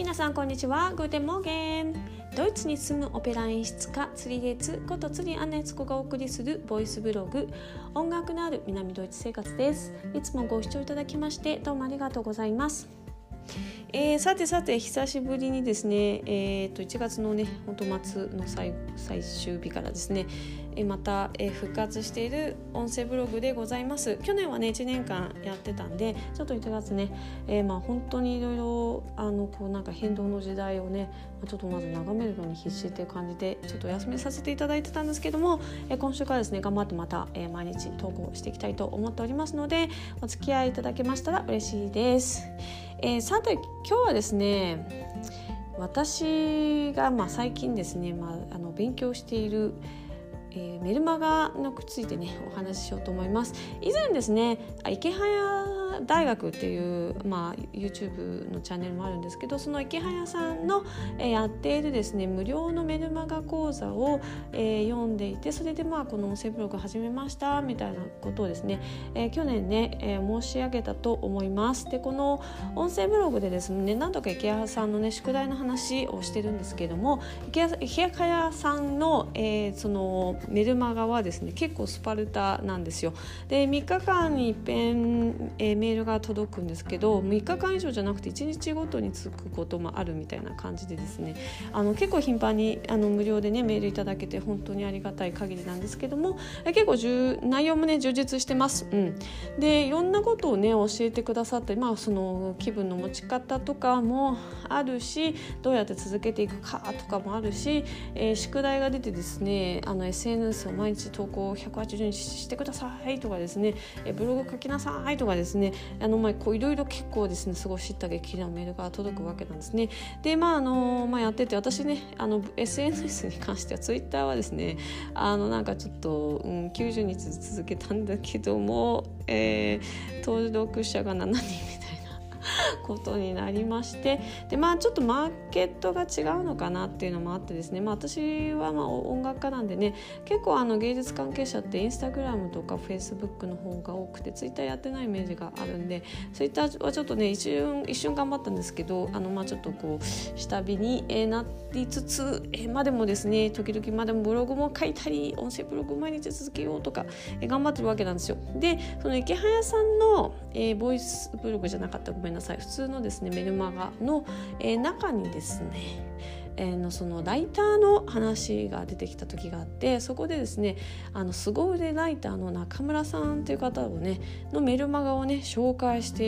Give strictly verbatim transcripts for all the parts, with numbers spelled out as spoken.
皆さんこんにちは。グーテンモーゲン。ドイツに住むオペラ演出家釣り月こと釣りアンネツコがお送りするボイスブログ、音楽のある南ドイツ生活です。いつもご視聴いただきましてどうもありがとうございます。えー、さてさて久しぶりにですね、えー、といちがつのね本当末の 最, 最終日からですね、えー、また、えー、復活している音声ブログでございます。去年はねいちねんかんやってたんで、ちょっといちがつね、えー、まあ本当にいろいろあのこうなんか変動の時代をねちょっとまず眺めるのに必死っていう感じでちょっとお休みさせていただいてたんですけども、えー、今週からですね頑張ってまた、えー、毎日投稿していきたいと思っておりますので、お付き合いいただけましたら嬉しいです。えー、さて今日はですね、私がまあ最近ですね、まあ、あの勉強している、えー、メルマガについてねお話ししようと思います。以前ですね、池早大学っていう、まあ、YouTube のチャンネルもあるんですけど、その池早さんの、えー、やっているですね無料のメルマガ講座を、えー、読んでいて、それでまあこの音声ブログ始めましたみたいなことをですね、えー、去年ね、えー、申し上げたと思います。でこの音声ブログでですね何度か池早さんのね宿題の話をしてるんですけども、池早さんの、えー、そのメルマガはですね結構スパルタなんですよ。でみっかかんに一遍、えー、メールが届くんですけど、みっかかん以上じゃなくていちにちごとにつくこともあるみたいな感じでですね、あの結構頻繁にあの無料でねメールいただけて本当にありがたい限りなんですけども、え結構じゅ内容もね充実してます。うん、でいろんなことをね教えてくださって、まあその気分の持ち方とかもあるし、どうやって続けていくかとかもあるし、えー、宿題が出てですね、あの エスエヌエス を毎日投稿ひゃくはちじゅうにちしてくださいとかですね、えー、ブログ書きなさいとかですね、あのまあこういろいろ結構ですねすごい知った激励のメールが届くわけなんですね。でまああのまあやってて、私ねあの エスエヌエス に関しては Twitter はですね、あのなんかちょっと、うん、きゅうじゅうにち続けたんだけども、えー、登録者がしちにんみたいなことになりまして、でまあちょっとマーケットが違うのかなっていうのもあってですね、まあ、私はまあ音楽家なんでね、結構あの芸術関係者ってインスタグラムとかフェイスブックの方が多くて、ツイッターやってないイメージがあるんで、ツイッターはちょっとね一瞬一瞬頑張ったんですけど、あのまあちょっとこう下火になりつつ、えまあでもですね時々まあでもブログも書いたり音声ブログを毎日続けようとかえ頑張ってるわけなんですよ。でその池早さんの、えー、ボイスブログじゃなかったごめんなさい普通のですねメルマガの、えー、中にですね、えー、のそのライターの話が出てきた時があって、そこでですねあの凄腕ライターの中村さんという方をねのメルマガをね紹介して、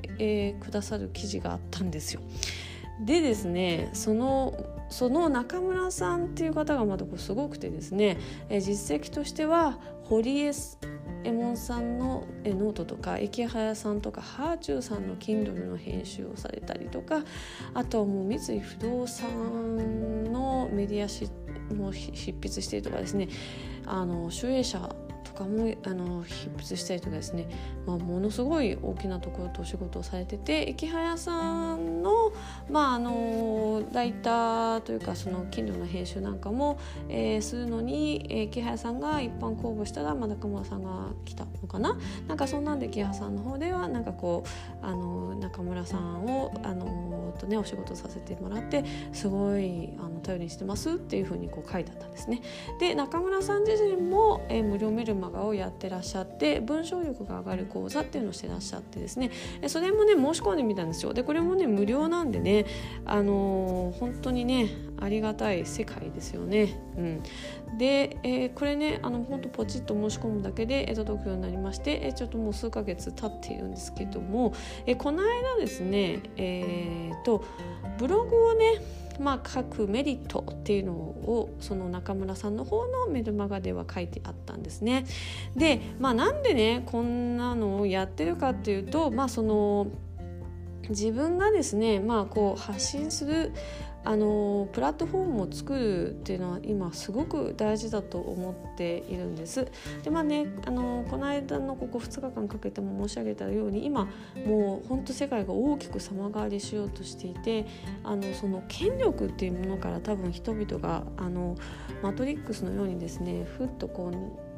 えー、くださる記事があったんですよ。でですねそのその中村さんっていう方がまたすごくてですね、えー、実績としては堀江エモンさんのノートとか池早さんとかハーチューさんの Kindle の編集をされたりとか、あとはもう三井不動産のメディアしも執筆しているとかですね、あの集英社とかもあの執筆したりとかですね、まあ、ものすごい大きなところとお仕事をされてて、池早さんの、まあ、あのライターというかその Kindle の編集なんかも、えー、するのに、えー、池早さんが一般公募したら、まあ、中村さんが来たのかな、なんかそんなんで池早さんの方ではなんかこうあの中村さんをあのと、ね、お仕事させてもらってすごいあの頼りにしてますっていうふうにこう書いてあったんですね。で中村さん自身も、えー、無料メルマガをやってらっしゃって、文章力が上がる講座っていうのをしてらっしゃってですね、それもね申し込んでみたんですよ。でこれもね無料なんでね、あのー、本当にねありがたい世界ですよね。うん、で、えー、これねあの本当ポチッと申し込むだけで、えー、届くようになりまして、えー、ちょっともう数ヶ月経っているんですけども、えー、この間ですね、えー、とブログをねまあ、書くメリットっていうのをその中村さんの方のメルマガでは書いてあったんですね。で、まあ、なんでねこんなのをやってるかっていうと、まあ、その自分がですね、まあ、こう発信するあのプラットフォームを作るっていうのは今すごく大事だと思っているんです。でまあねあのこの間のここふつかかんかけても申し上げたように、今もう本当世界が大きく様変わりしようとしていて、あのその権力っていうものから多分人々があのマトリックスのようにですねふっとこう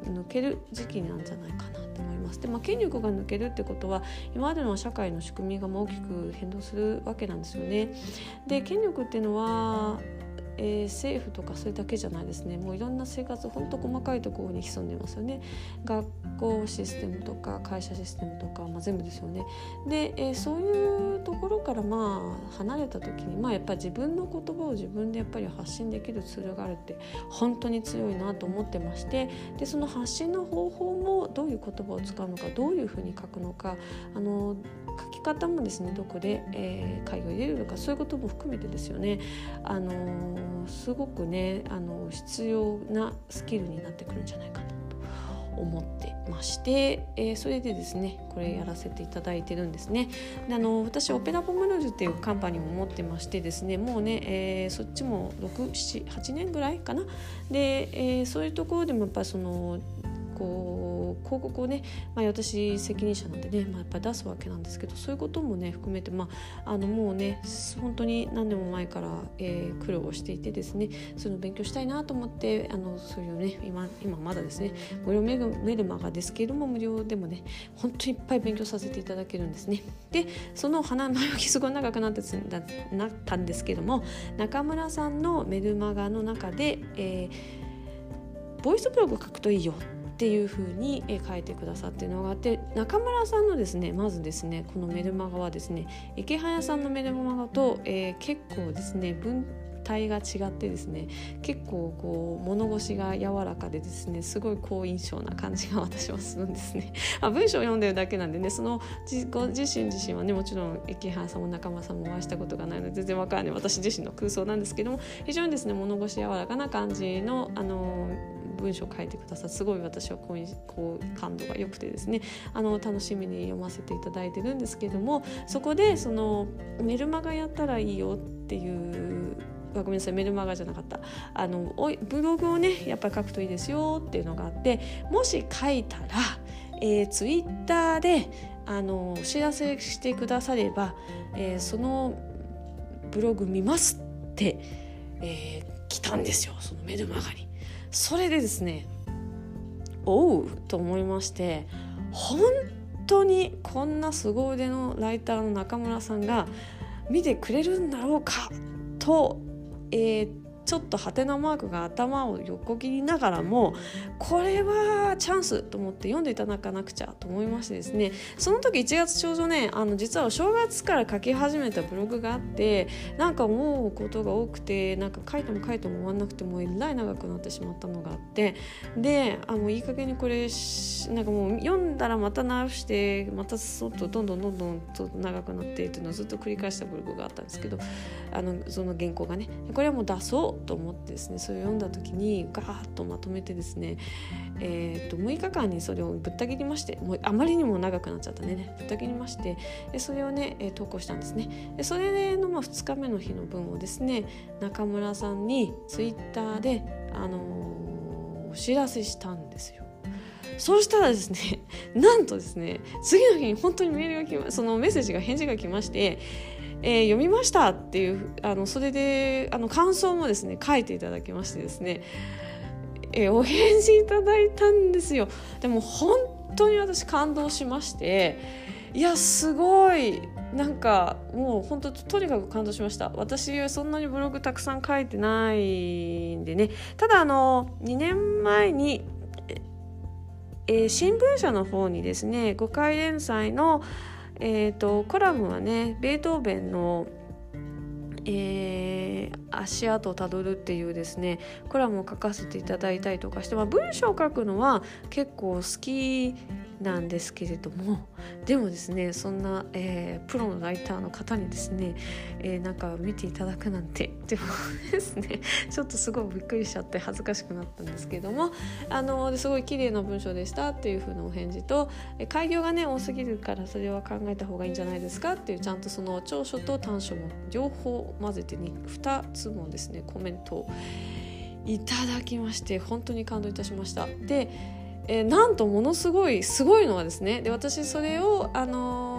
抜ける時期なんじゃないかなと思います。で、まあ、権力が抜けるってことは今までの社会の仕組みが大きく変動するわけなんですよね。で、権力っていうのはえー、政府とかそれだけじゃないですね。もういろんな生活ほんと細かいところに潜んでますよね。学校システムとか会社システムとか、まあ、全部ですよね。で、えー、そういうところからまあ離れた時に、まあ、やっぱり自分の言葉を自分でやっぱり発信できるツールがあるって本当に強いなと思ってまして、でその発信の方法もどういう言葉を使うのか、どういうふうに書くのか、あの書き方もですね、どこで、えー、会議を入れるのか、そういうことも含めてですよね、あのーすごくね、あの必要なスキルになってくるんじゃないかなと思ってまして、えー、それでですねこれやらせていただいてるんですね。で、あの私オペラポムルージュっていうカンパニーも持ってましてですね、もうね、えー、そっちもろく、なな、はちねんぐらいかな。で、えー、そういうところでもやっぱりそのこう広告をね、まあ、私責任者なんでね、まあ、やっぱり出すわけなんですけど、そういうこともね含めて、まあ、あのもうね本当に何年も前から、えー、苦労をしていてですね、そういうのを勉強したいなと思って、あのそういうね 今, 今まだですね無料メルマガですけれども、無料でもね本当にいっぱい勉強させていただけるんですね。で、その花前置きすごい長くなってなったんですけども、中村さんのメルマガの中で、えー、ボイスブログ書くといいよっていう風に書いてくださっているのがあって、中村さんのですね、まずですねこのメルマガはですね、池早さんのメルマガと、えー、結構ですね文体が違ってですね、結構こう物腰が柔らかでですね、すごい好印象な感じが私はするんですね。まあ、文章を読んでるだけなんでね、そのご自身自身はね、もちろん池原さんも中村さんもお会いしたことがないので全然わからない私自身の空想なんですけども、非常にですね物腰柔らかな感じのあの文章を書いてくださって、すごい私はこういうこう感度が良くてですね、あの楽しみに読ませていただいてるんですけども、そこでそのメルマガやったらいいよっていうごめんなさいメルマガじゃなかったあのブログをねやっぱり書くといいですよっていうのがあって、もし書いたら、えー、ツイッターであのお知らせしてくだされば、えー、そのブログ見ますって、えー、来たんですよ、そのメルマガに。それでですね、おうと思いまして、本当にこんな凄腕のライターの中村さんが見てくれるんだろうかと、えーちょっとハテナマークが頭を横切りながらも、これはチャンスと思って読んでいただかなくちゃと思いましてですね、その時いちがつちょうどね、あの実はお正月から書き始めたブログがあって、なんか思うことが多くて、なんか書いても書いても終わんなくて、もうえらい長くなってしまったのがあって、で、あもういい加減にこれなんかもう読んだらまた直してまたそっとどんどんどんどんと長くなってっていうのをずっと繰り返したブログがあったんですけど、あのその原稿がね、これはもう出そうと思ってですね、それを読んだ時にガーッとまとめてですね、えー、とむいかかんにそれをぶった切りまして、もうあまりにも長くなっちゃったねぶった切りまして、でそれをね、えー、投稿したんですね。でそれのまあふつかめの日の分をですね、中村さんにツイッターで、あのー、お知らせしたんですよ。そうしたらですね、なんとですね、次の日に本当にメールが来ま、そのメッセージが返事が来まして、えー、読みましたっていう、あのそれであの感想もですね書いていただきましてですね、えー、お返事いただいたんですよ。でも本当に私感動しまして、いやすごい、なんかもう本当とにかく感動しました。私はそんなにブログたくさん書いてないんでね、ただあのにねんまえに、えー、新聞社の方にですねごかい連載のえー、とコラムはね、ベートーベンの、えー、足跡をたどるっていうですねコラムを書かせていただいたりとかして、まあ、文章を書くのは結構好きなんですけれども、でもですねそんな、えー、プロのライターの方にですね、えー、なんか見ていただくなんてでもですねちょっとすごいびっくりしちゃって恥ずかしくなったんですけども、あのすごい綺麗な文章でしたっていう風なお返事と、え開業がね多すぎるからそれは考えた方がいいんじゃないですかっていう、ちゃんとその長所と短所も両方混ぜてにふたつもですねコメントをいただきまして、本当に感動いたしました。でえー、なんとものすごいすごいのはですね、で私それを、あのー、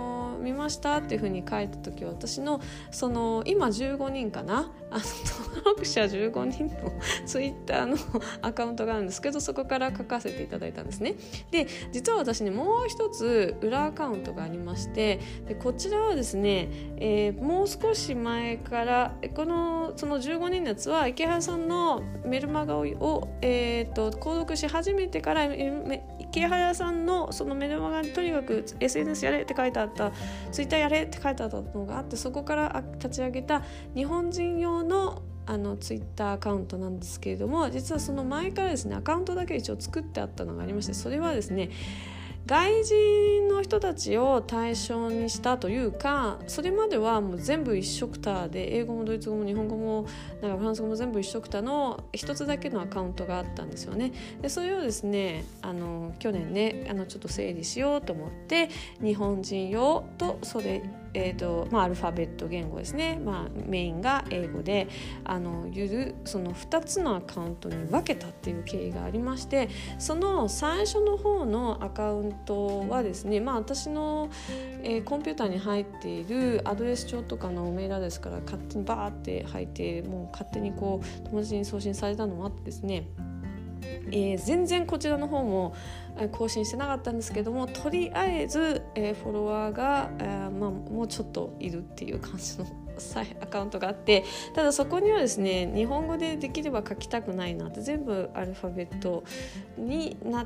見ましたっていう風に書いた時は、私のその今じゅうごにんかな、あの登録者じゅうごにんのツイッターのアカウントがあるんですけど、そこから書かせていただいたんですね。で実は私ね、もう一つ裏アカウントがありまして、でこちらはですね、えー、もう少し前からこのそのじゅうごにんのやつは池原さんのメルマガを、えー、と購読し始めてから、池原さんのそのメルマガにとにかく エスエヌエス やれって書いてあった、ツイッターやれって書いてあったのがあって、そこから立ち上げた日本人用のあのツイッターアカウントなんですけれども、実はその前からですね、アカウントだけ一応作ってあったのがありまして、それはですね、外人の人たちを対象にしたというか、それまではもう全部一緒くたで、英語もドイツ語も日本語もなんかフランス語も全部一緒くたの一つだけのアカウントがあったんですよね。でそれをですね、あの去年ね、あのちょっと整理しようと思って、日本人用とそれえーとまあ、アルファベット言語ですね、まあ、メインが英語であのゆるそのふたつのアカウントに分けたっていう経緯がありまして、その最初の方のアカウントはですね、まあ、私の、えー、コンピューターに入っているアドレス帳とかのメールアドレスから勝手にバーって入って、もう勝手にこう友達に送信されたのもあってですね、えー、全然こちらの方も更新してなかったんですけども、とりあえず、えー、フォロワーが、えーまあ、もうちょっといるっていう感じのアカウントがあって、ただそこにはですね、日本語でできれば書きたくないなって、全部アルファベットになって、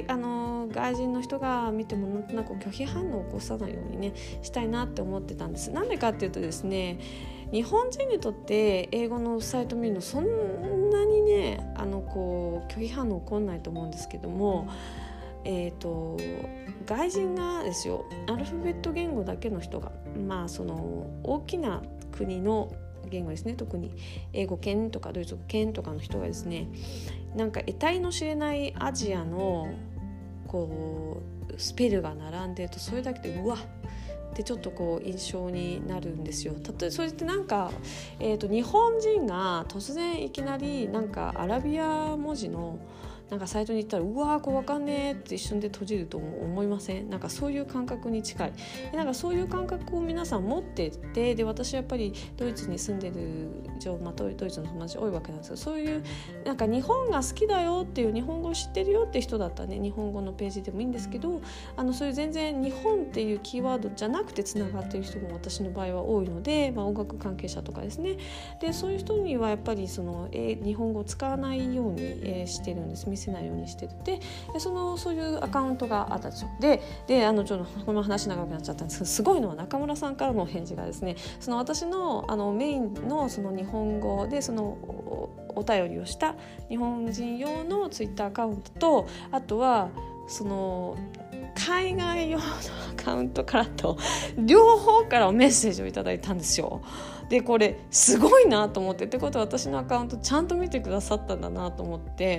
あの外人の人が見てもなんとなく拒否反応を起こさないようにねしたいなって思ってたんです。なんでかっていうとですね、日本人にとって英語のサイト見るのそんなにね、あのこう拒否反応起こんないと思うんですけども、えーと、外人がですよ、アルファベット言語だけの人が、まあその大きな国の言語ですね、特に英語圏とかドイツ語圏とかの人がですね、なんか得体の知れないアジアのこうスペルが並んでると、それだけでうわってちょっとこう印象になるんですよ。例えばそれってなんか、えーと、日本人が突然いきなりなんかアラビア文字のなんかサイトに行ったら、うわーこれ分かんねえって一瞬で閉じると思いません？なんかそういう感覚に近い。でなんかそういう感覚を皆さん持ってて、で私はやっぱりドイツに住んでる上、まあ、ドイツの友達多いわけなんですけど、そういうなんか日本が好きだよっていう、日本語を知ってるよって人だったらね、日本語のページでもいいんですけど、あのそういう全然日本っていうキーワードじゃなくてつながっている人も私の場合は多いので、まあ、音楽関係者とかですね、でそういう人にはやっぱりその、えー、日本語を使わないように、えー、してるんです。見せないようにしてて、でそのそういうアカウントがあったんですよ。で、であのちょっとこの話長くなっちゃったんですけど、すごいのは中村さんからの返事がですね、その私のあのメインのその日本語でそのお便りをした日本人用のツイッターアカウントと、あとはその海外用のアカウントからと両方からメッセージをいただいたんですよ。でこれすごいなと思って、ってことは私のアカウントちゃんと見てくださったんだなと思って、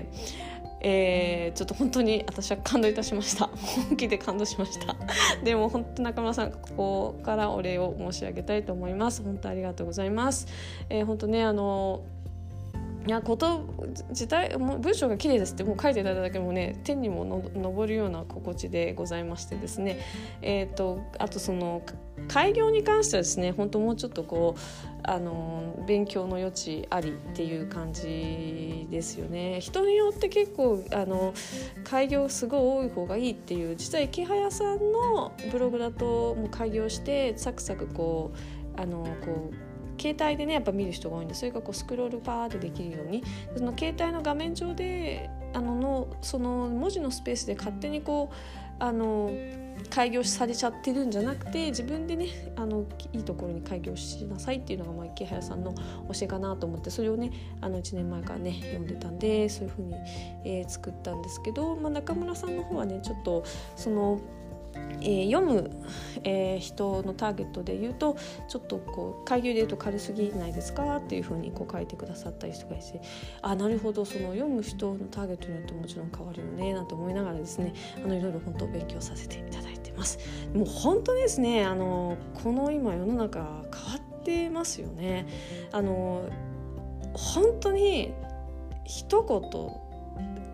えー、ちょっと本当に私は感動いたしました。本気で感動しました。でも本当中村さん、ここからお礼を申し上げたいと思います。本当ありがとうございます。えー、本当ね、あのいやこと自体も文章が綺麗ですってもう書いていただいただけでもね、天にもの昇るような心地でございましてですね、えーとあとその開業に関してはですね、本当もうちょっとこうあの勉強の余地ありっていう感じですよね。人によって結構あの開業すごい多い方がいいっていう、実は池早さんのブログだともう開業してサクサクこうあのこう携帯でねやっぱ見る人が多いんで、それがこうスクロールパーってできるように、その携帯の画面上であののその文字のスペースで勝手にこうあの開業されちゃってるんじゃなくて、自分でねあのいいところに開業しなさいっていうのが、まあ、池早さんの教えかなと思って、それをねあのいちねんまえからね読んでたんで、そういう風に、えー、作ったんですけど、まあ、中村さんの方はねちょっとそのえー、読む、えー、人のターゲットで言うとちょっとこう開業で言うと軽すぎないですかっていう風にこう書いてくださったりとかして、あなるほど、その読む人のターゲットによってもちろん変わるよねなんて思いながらですね、あのいろいろ本当勉強させていただいてます。もう本当ですね、あのこの今世の中変わってますよね。あの本当に一言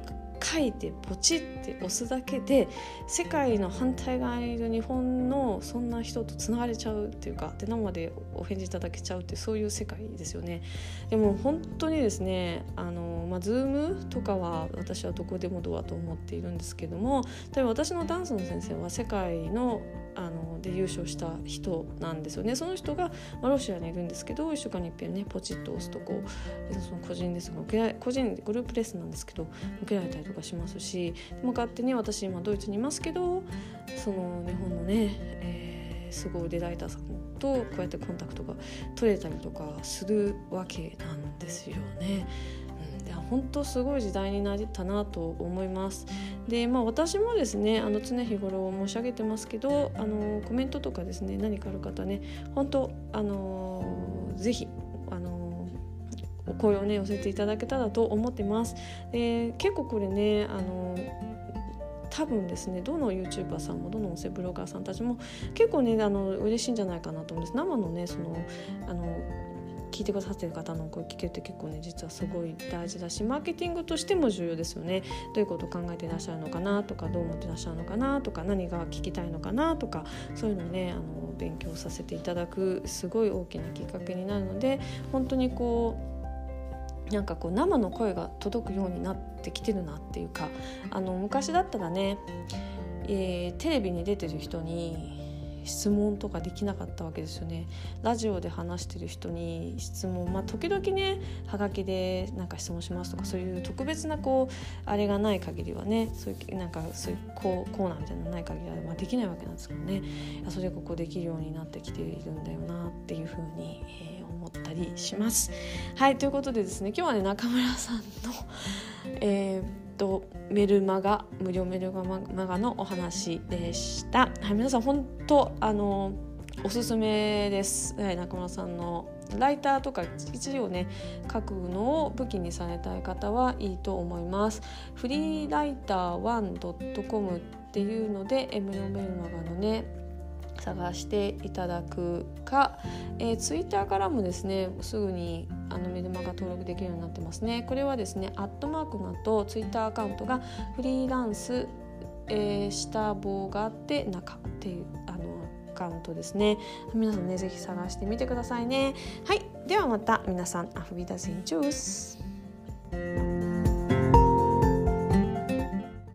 書いてポチって押すだけで世界の反対側にいる日本のそんな人とつながれちゃうっていうかで生でお返事いただけちゃうってそういう世界ですよね。でも本当にですねあの、まあ、Zoom とかは私はどこでもドアと思っているんですけども、例えば私のダンスの先生は世界のあので優勝した人なんですよね。その人が、まあ、ロシアにいるんですけどいっしゅうかんにいっぺんねポチッと押すとこうその個人レッスンが受けられ個人グループレッスンなんですけど受けられたりとかしますし、でも勝手に私今ドイツにいますけどその日本のね、えー、すごい腕ライターさんとこうやってコンタクトが取れたりとかするわけなんですよね。本当すごい時代になったなと思います。で、まあ、私もですねあの常日頃申し上げてますけどあのコメントとかですね何かある方ね本当あのぜひあのお声をね寄せていただけたらと思ってます。で結構これねあの多分ですねどの YouTuber さんもどの音声ブロガーさんたちも結構ねあの嬉しいんじゃないかなと思うんです。生のねそのあの聞いてくださっている方の声聞けるって結構ね実はすごい大事だしマーケティングとしても重要ですよね。どういうことを考えていらっしゃるのかなとかどう思っていらっしゃるのかなとか何が聞きたいのかなとかそういうのをねあの勉強させていただくすごい大きなきっかけになるので本当にこうなんかこう生の声が届くようになってきてるなっていうかあの昔だったらね、えー、テレビに出てる人に質問とかできなかったわけですよね。ラジオで話してる人に質問、まあ時々ねはがきでなんか質問しますとかそういう特別なこうあれがない限りはねそういうなんかそういうコーナーみたいなのない限りは、まあ、できないわけなんですけどねそれがここできるようになってきているんだよなっていうふうに、えー、思ったりします。はいということでですね今日はね中村さんのえーメルマガ無料メルマガのお話でした、はい、皆さん本当あのおすすめです、はい、中村さんのライターとか一行ね書くのを武器にされたい方はいいと思います。フリーライターワンドットコム っていうので無料メルマガのね探していただくか、えー、ツイッターからもですねすぐにあのメルマガ登録できるようになってますね。これはですねアットマークのとツイッターアカウントがフリーランス、えー、下棒があって中っていうあのアカウントですね。皆さんねぜひ探してみてくださいね。はいではまた皆さんアフビダゼンチュース